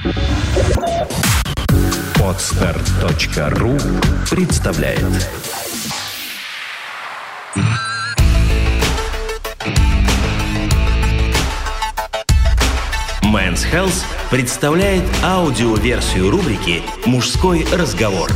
Podster.ru представляет. Men's Health представляет аудиоверсию рубрики «Мужской разговор».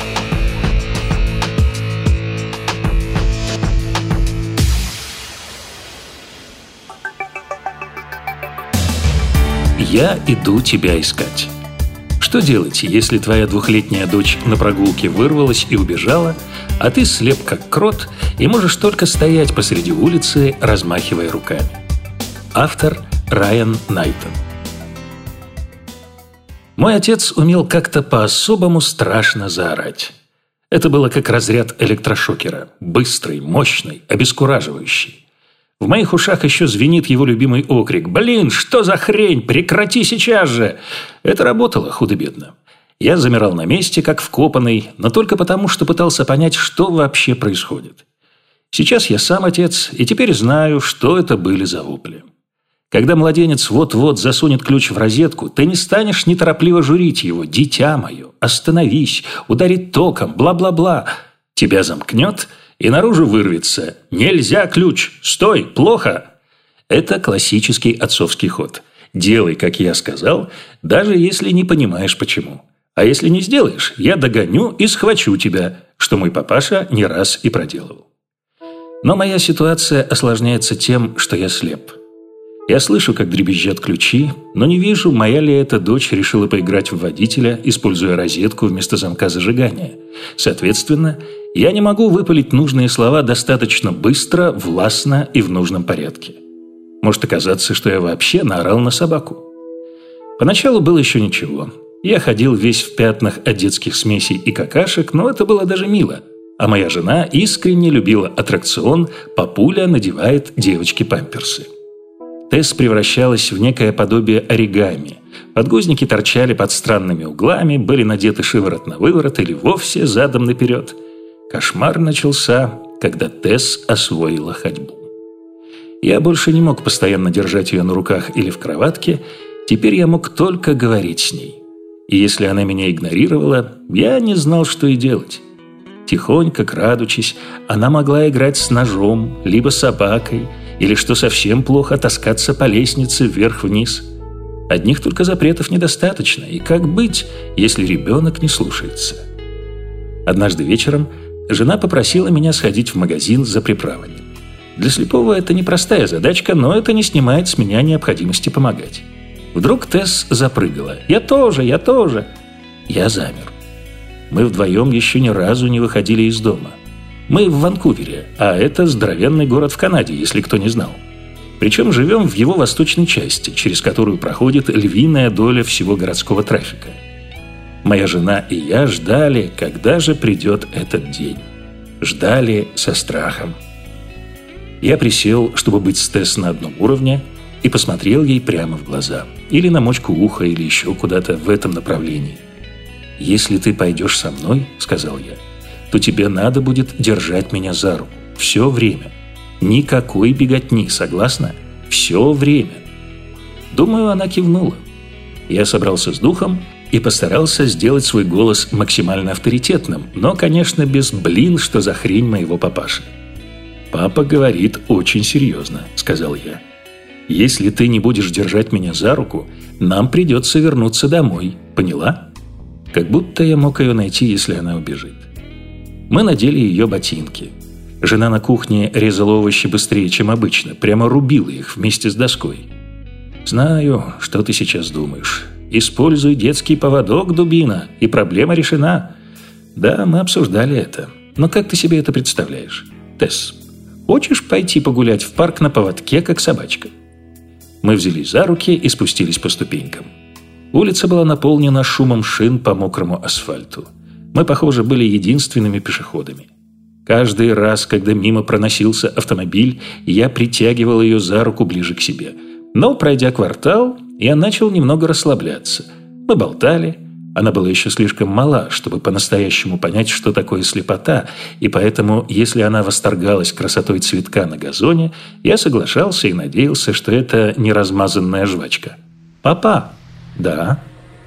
Я иду тебя искать. Что делать, если твоя 2-летняя дочь на прогулке вырвалась и убежала, а ты слеп как крот и можешь только стоять посреди улицы, размахивая руками? Автор Райан Найтон. Мой отец умел как-то по-особому страшно заорать. Это было как разряд электрошокера. Быстрый, мощный, обескураживающий. В моих ушах еще звенит его любимый окрик: «Блин, что за хрень? Прекрати сейчас же!» Это работало худо-бедно. Я замирал на месте, как вкопанный, но только потому, что пытался понять, что вообще происходит. Сейчас я сам отец, и теперь знаю, что это были за вопли. Когда младенец вот-вот засунет ключ в розетку, ты не станешь неторопливо журить его: «Дитя мое, остановись, ударит током, бла-бла-бла». Тебя замкнет и наружу вырвется: «Нельзя ключ! Стой! Плохо!» Это классический отцовский ход. Делай, как я сказал, даже если не понимаешь почему. А если не сделаешь, я догоню и схвачу тебя, что мой папаша не раз и проделывал. Но моя ситуация осложняется тем, что я слеп. Я слышу, как дребезжат ключи, но не вижу, моя ли эта дочь решила поиграть в водителя, используя розетку вместо замка зажигания. Соответственно, я не могу выпалить нужные слова достаточно быстро, властно и в нужном порядке. Может оказаться, что я вообще наорал на собаку. Поначалу было еще ничего. Я ходил весь в пятнах от детских смесей и какашек, но это было даже мило. А моя жена искренне любила аттракцион «Папуля надевает девочке памперсы». Тесс превращалась в некое подобие оригами. Подгузники торчали под странными углами, были надеты шиворот на выворот или вовсе задом наперед. Кошмар начался, когда Тесс освоила ходьбу. Я больше не мог постоянно держать ее на руках или в кроватке, теперь я мог только говорить с ней. И если она меня игнорировала, я не знал, что и делать. Тихонько, крадучись, она могла играть с ножом, либо собакой, или, что совсем плохо, таскаться по лестнице вверх-вниз. Одних только запретов недостаточно, и как быть, если ребенок не слушается? Однажды вечером жена попросила меня сходить в магазин за приправами. Для слепого это непростая задачка, но это не снимает с меня необходимости помогать. Вдруг Тесс запрыгала: «Я тоже, я тоже!» Я замер. Мы вдвоем еще ни разу не выходили из дома. Мы в Ванкувере, а это здоровенный город в Канаде, если кто не знал. Причем живем в его восточной части, через которую проходит львиная доля всего городского трафика. Моя жена и я ждали, когда же придет этот день. Ждали со страхом. Я присел, чтобы быть с Тесс на одном уровне, и посмотрел ей прямо в глаза. Или на мочку уха, или еще куда-то в этом направлении. «Если ты пойдешь со мной, — сказал я, — то тебе надо будет держать меня за руку. Все время. Никакой беготни, согласна? Все время». Думаю, она кивнула. Я собрался с духом и постарался сделать свой голос максимально авторитетным, но, конечно, без «блин, что за хрень моего папаши». «Папа говорит очень серьезно», — сказал я. «Если ты не будешь держать меня за руку, нам придется вернуться домой. Поняла?» Как будто я мог ее найти, если она убежит. Мы надели ее ботинки. Жена на кухне резала овощи быстрее, чем обычно, прямо рубила их вместе с доской. «Знаю, что ты сейчас думаешь. Используй детский поводок, дубина, и проблема решена». Да, мы обсуждали это. Но как ты себе это представляешь? Тесс, хочешь пойти погулять в парк на поводке, как собачка? Мы взялись за руки и спустились по ступенькам. Улица была наполнена шумом шин по мокрому асфальту. Мы, похоже, были единственными пешеходами. Каждый раз, когда мимо проносился автомобиль, я притягивал ее за руку ближе к себе. Но, пройдя квартал, я начал немного расслабляться. Мы болтали. Она была еще слишком мала, чтобы по-настоящему понять, что такое слепота, и поэтому, если она восторгалась красотой цветка на газоне, я соглашался и надеялся, что это не размазанная жвачка. «Папа!» «Да?»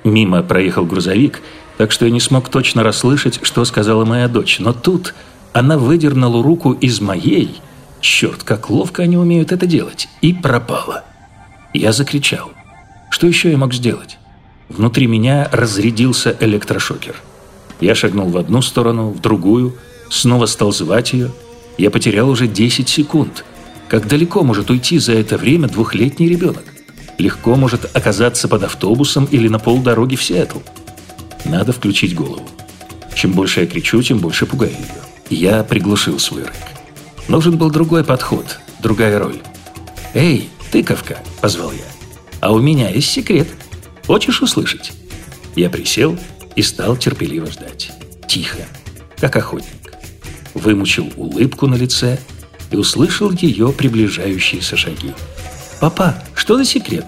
Мимо проехал грузовик, так что я не смог точно расслышать, что сказала моя дочь. Но тут она выдернула руку из моей, черт, как ловко они умеют это делать, и пропала. Я закричал. Что еще я мог сделать? Внутри меня разрядился электрошокер. Я шагнул в одну сторону, в другую, снова стал звать ее. Я потерял уже 10 секунд. Как далеко может уйти за это время 2-летний ребенок? Легко может оказаться под автобусом или на полдороги в Сиэтл. Надо включить голову. Чем больше я кричу, тем больше пугаю ее. Я приглушил свой рык. Нужен был другой подход, другая роль. «Эй, тыковка!» – позвал я. «А у меня есть секрет. Хочешь услышать?» Я присел и стал терпеливо ждать. Тихо, как охотник. Вымучил улыбку на лице и услышал ее приближающиеся шаги. «Папа, что за секрет?»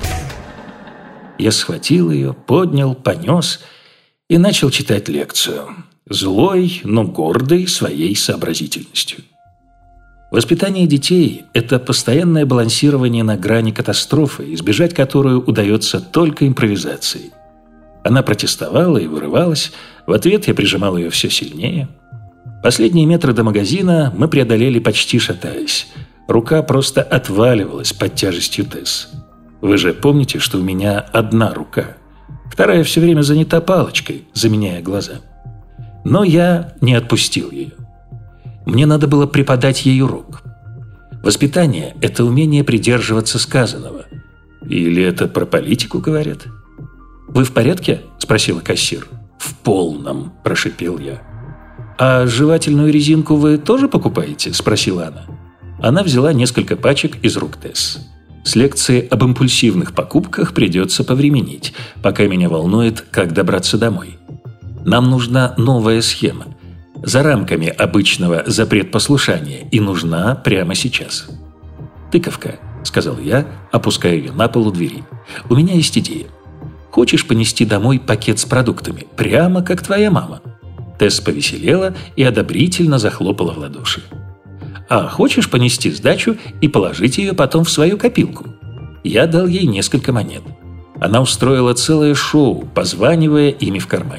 Я схватил ее, поднял, понес и начал читать лекцию. Злой, но гордый своей сообразительностью. Воспитание детей – это постоянное балансирование на грани катастрофы, избежать которую удается только импровизацией. Она протестовала и вырывалась, в ответ я прижимал ее все сильнее. Последние метры до магазина мы преодолели почти шатаясь. Рука просто отваливалась под тяжестью Тесс. Вы же помните, что у меня одна рука. Вторая все время занята палочкой, заменяя глаза. Но я не отпустил ее. Мне надо было преподать ей урок. Воспитание – это умение придерживаться сказанного. Или это про политику говорят? «Вы в порядке?» – спросила кассир. «В полном», – прошипел я. «А жевательную резинку вы тоже покупаете?» – спросила она. Она взяла несколько пачек из рук Тесс. С лекции об импульсивных покупках придется повременить, пока меня волнует, как добраться домой. Нам нужна новая схема. За рамками обычного запрет-послушания и нужна прямо сейчас. «Тыковка», – сказал я, опуская ее на пол у двери. «У меня есть идея. Хочешь понести домой пакет с продуктами, прямо как твоя мама?» Тесс повеселела и одобрительно захлопала в ладоши. «А хочешь понести сдачу и положить ее потом в свою копилку?» Я дал ей несколько монет. Она устроила целое шоу, позванивая ими в кармане.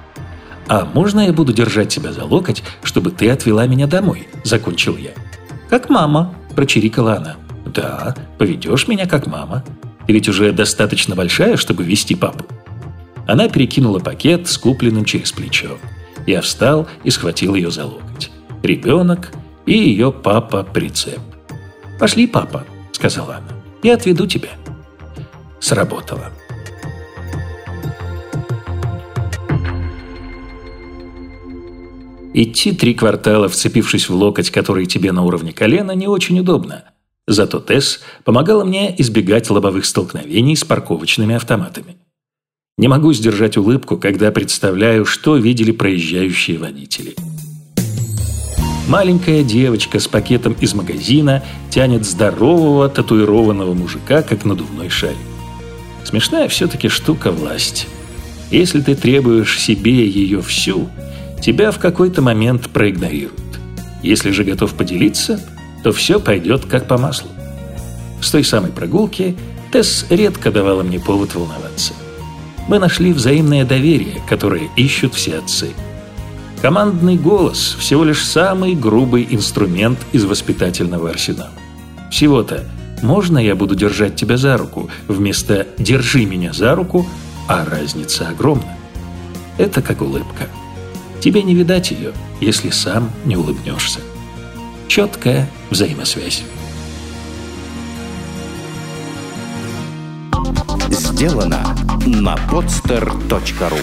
«А можно я буду держать тебя за локоть, чтобы ты отвела меня домой?» – закончил я. «Как мама», – прочирикала она. «Да, поведешь меня как мама. Ты ведь уже достаточно большая, чтобы вести папу». Она перекинула пакет с купленным через плечо. Я встал и схватил ее за локоть. Ребенок и ее папа-прицеп. «Пошли, папа», – сказала она. «Я отведу тебя». Сработало. Идти 3 квартала, вцепившись в локоть, который тебе на уровне колена, не очень удобно. Зато Тесс помогала мне избегать лобовых столкновений с парковочными автоматами. Не могу сдержать улыбку, когда представляю, что видели проезжающие водители. Маленькая девочка с пакетом из магазина тянет здорового татуированного мужика, как надувной шарик. Смешная все-таки штука власть. Если ты требуешь себе ее всю, тебя в какой-то момент проигнорируют. Если же готов поделиться, то все пойдет как по маслу. С той самой прогулки Тесс редко давала мне повод волноваться. Мы нашли взаимное доверие, которое ищут все отцы. Командный голос – всего лишь самый грубый инструмент из воспитательного арсенала. Всего-то «можно я буду держать тебя за руку» вместо «держи меня за руку», а разница огромна. Это как улыбка. Тебе не видать ее, если сам не улыбнешься. Четкая взаимосвязь. Сделано на podster.ru.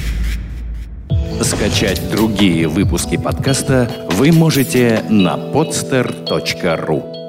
Скачать другие выпуски подкаста вы можете на podster.ru.